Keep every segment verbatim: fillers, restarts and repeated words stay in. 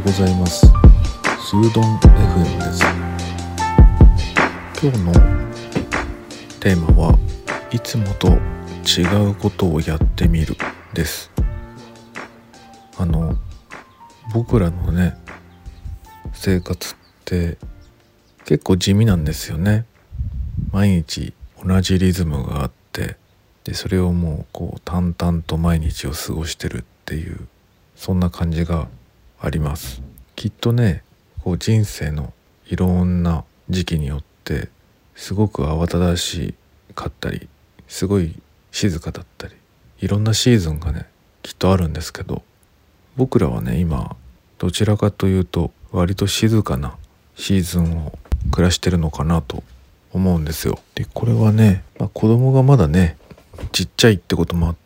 ございます。スードン エフエム です。今日のテーマはいつもと違うことをやってみるです。あの僕らのね生活って結構地味なんですよね。毎日同じリズムがあって、でそれをもうこう淡々と毎日を過ごしてるっていう、そんな感じがあります。きっとねこう人生のいろんな時期によってすごく慌ただしかったり、すごい静かだったり、いろんなシーズンがねきっとあるんですけど、僕らはね今どちらかというと割と静かなシーズンを暮らしてるのかなと思うんですよ。でこれはね、まあ、子供がまだねちっちゃいってこともあって、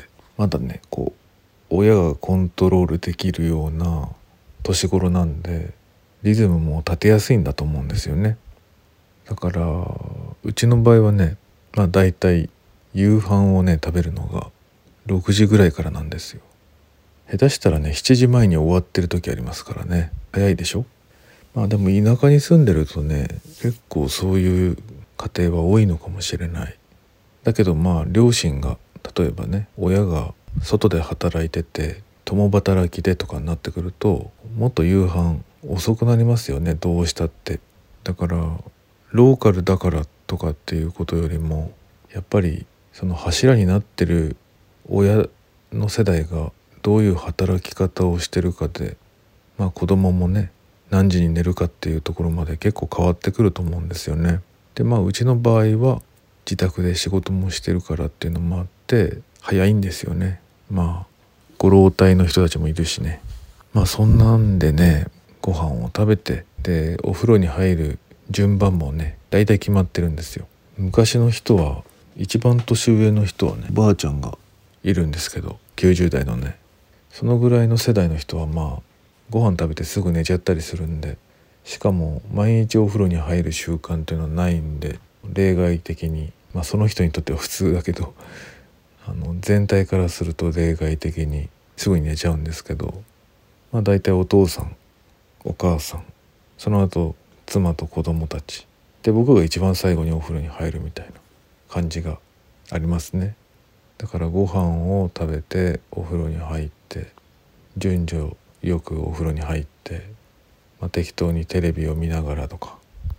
まだねこう親がコントロールできるような年頃なんで、リズムも立てやすいんだと思うんですよね。だからうちの場合はね、まあだいたい夕飯をね食べるのがろくじぐらいからなんですよ。下手したらねしちじまえに終わってる時ありますからね。早いでしょ。まあでも田舎に住んでるとね結構そういう家庭は多いのかもしれない。だけどまあ両親が例えばね親が外で働いてて共働きでとかになってくると、もっと夕飯遅くなりますよね、どうしたって。だからローカルだからとかっていうことよりも、やっぱりその柱になってる親の世代がどういう働き方をしてるかで、まあ子供もね何時に寝るかっていうところまで結構変わってくると思うんですよね。でまあうちの場合は自宅で仕事もしてるからっていうのもあって早いんですよね。まあご老体の人たちもいるしね。まあそんなんでねご飯を食べて、でお風呂に入る順番もね大体決まってるんですよ。昔の人は一番年上の人はねばあちゃんがいるんですけど、きゅうじゅう代のねそのぐらいの世代の人はまあご飯食べてすぐ寝ちゃったりするんで、しかも毎日お風呂に入る習慣っていうのはないんで、例外的に、まあその人にとっては普通だけど、あの全体からすると例外的にすぐに寝ちゃうんですけど、まあ大体お父さんお母さん、その後妻と子供たちで、僕が一番最後にお風呂に入るみたいな感じがありますね。だからご飯を食べてお風呂に入って順序よくお風呂に入って、まあ、適当にテレビを見ながらとか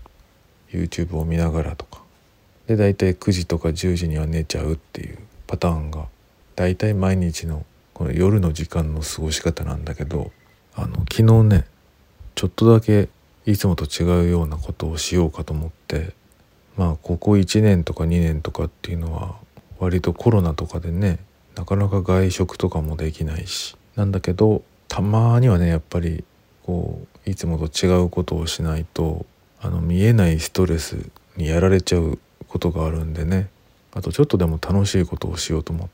YouTube を見ながらとかで、だいたいくじとかじゅうじには寝ちゃうっていうパターンがだいたい毎日のこの夜の時間の過ごし方なんだけど、あの昨日ねちょっとだけいつもと違うようなことをしようかと思って、まあここいちねんとかにねんとかっていうのは割とコロナとかでねなかなか外食とかもできないしなんだけど、たまにはねやっぱりこういつもと違うことをしないとあの見えないストレスにやられちゃうことがあるんでね、あとちょっとでも楽しいことをしようと思って、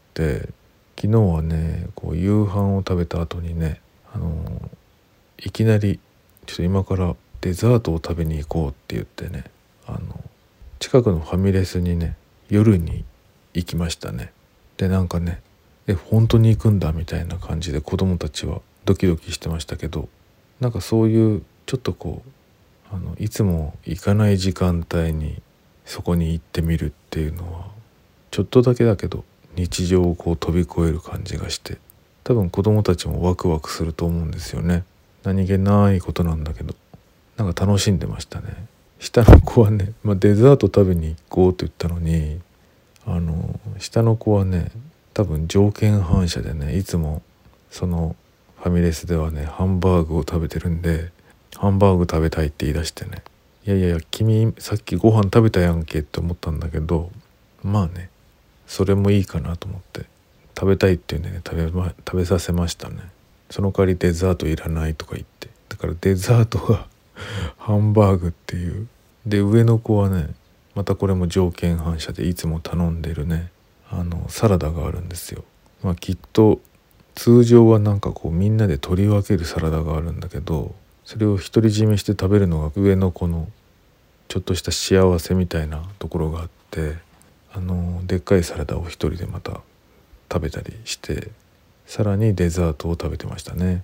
昨日はねこう夕飯を食べた後にねあのいきなりちょっと今からデザートを食べに行こうって言ってね、あの近くのファミレスにね夜に行きましたね。でなんかねえ本当に行くんだみたいな感じで子供たちはドキドキしてましたけど、なんかそういうちょっとこうあのいつも行かない時間帯にそこに行ってみるっていうのはちょっとだけだけど日常をこう飛び越える感じがして、多分子供たちもワクワクすると思うんですよね。何気ないことなんだけどなんか楽しんでましたね。下の子はね、まあ、デザート食べに行こうと言ったのに、あの下の子はね多分条件反射でねいつもそのファミレスではねハンバーグを食べてるんで、ハンバーグ食べたいって言い出してね、いやいやいや君さっきご飯食べたやんけって思ったんだけど、まあねそれもいいかなと思って食べたいっていうんでね食べ、ま、食べさせましたね。その代わりデザートいらないとか言って、だからデザートがハンバーグっていう。で上の子はねまたこれも条件反射でいつも頼んでるねあのサラダがあるんですよ。まあきっと通常はなんかこうみんなで取り分けるサラダがあるんだけど、それを独り占めして食べるのが上の子のちょっとした幸せみたいなところがあって、あのでっかいサラダを一人でまた食べたりして、さらにデザートを食べてましたね。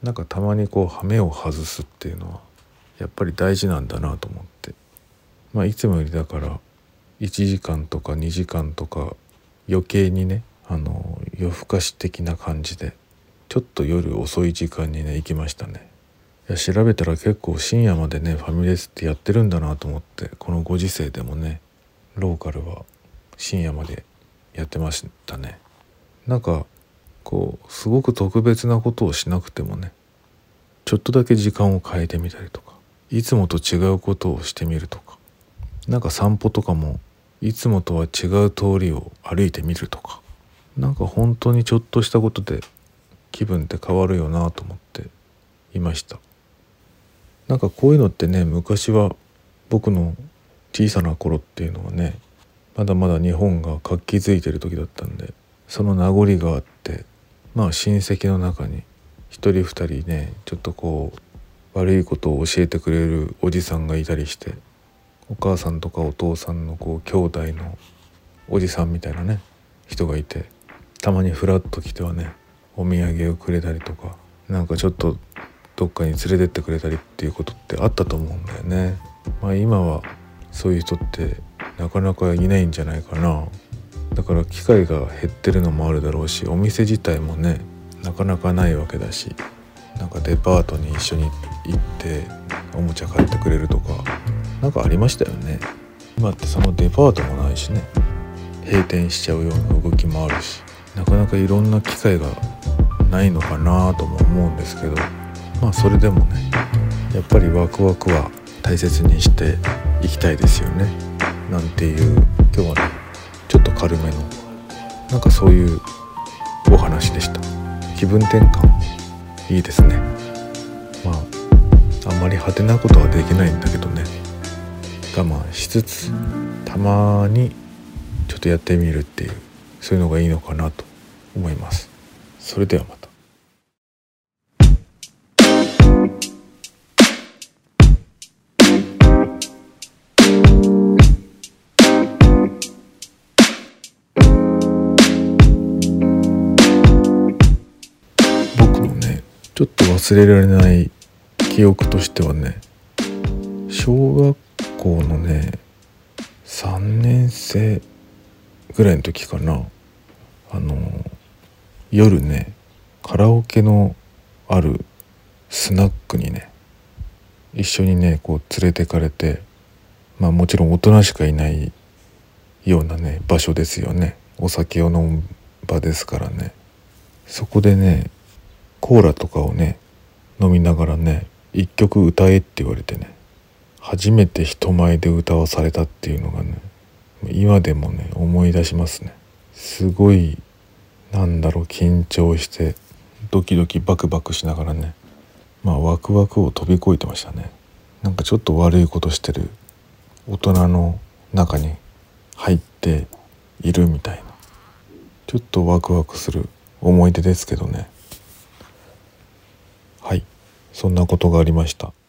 なんかたまにこう羽目を外すっていうのはやっぱり大事なんだなと思って、まあいつもよりだからいちじかんとかにじかんとか余計にね、あの夜更かし的な感じでちょっと夜遅い時間にね行きましたね。いや調べたら結構深夜までねファミレスってやってるんだなと思って、このご時世でもねローカルは深夜までやってましたね。なんかこうすごく特別なことをしなくてもね、ちょっとだけ時間を変えてみたりとか、いつもと違うことをしてみるとか、なんか散歩とかもいつもとは違う通りを歩いてみるとか、なんか本当にちょっとしたことで気分って変わるよなと思っていました。なんかこういうのってね、昔は僕の小さな頃っていうのはね、まだまだ日本が活気づいてる時だったんで、その名残があって、まあ親戚の中に一人二人ね、ちょっとこう悪いことを教えてくれるおじさんがいたりして、お母さんとかお父さんのこう兄弟のおじさんみたいなね人がいて、たまにフラッと来てはねお土産をくれたりとか、なんかちょっとどっかに連れてってくれたりっていうことってあったと思うんだよね。まあ今はそういう人ってなかなかいないんじゃないかな。だから機会が減ってるのもあるだろうし、お店自体もねなかなかないわけだし、なんかデパートに一緒に行っておもちゃ買ってくれるとかなんかありましたよね。今ってそのデパートもないしね、閉店しちゃうような動きもあるし、なかなかいろんな機会がないのかなとも思うんですけど、まあそれでもねやっぱりワクワクは大切にしていきたいですよね、なんていう今日はねちょっと軽めのなんかそういうお話でした。気分転換いいですね。まああんまり派手なことはできないんだけどね、我慢しつつたまにちょっとやってみるっていう、そういうのがいいのかなと思います。それではまた。僕のねちょっと忘れられない記憶としてはね、小学校のねさんねん生ぐらいの時かな、あの夜ねカラオケのあるスナックにね一緒にねこう連れてかれて、まあもちろん大人しかいないようなね場所ですよね。お酒を飲む場ですからね。そこでねコーラとかをね飲みながらね一曲歌えって言われてね、初めて人前で歌わされたっていうのがね今でもね思い出しますね。すごいなんだろう、緊張してドキドキバクバクしながらね、まあワクワクを飛び越えてましたね。なんかちょっと悪いことしてる大人の中に入っているみたいな、ちょっとワクワクする思い出ですけどね。はい、そんなことがありました。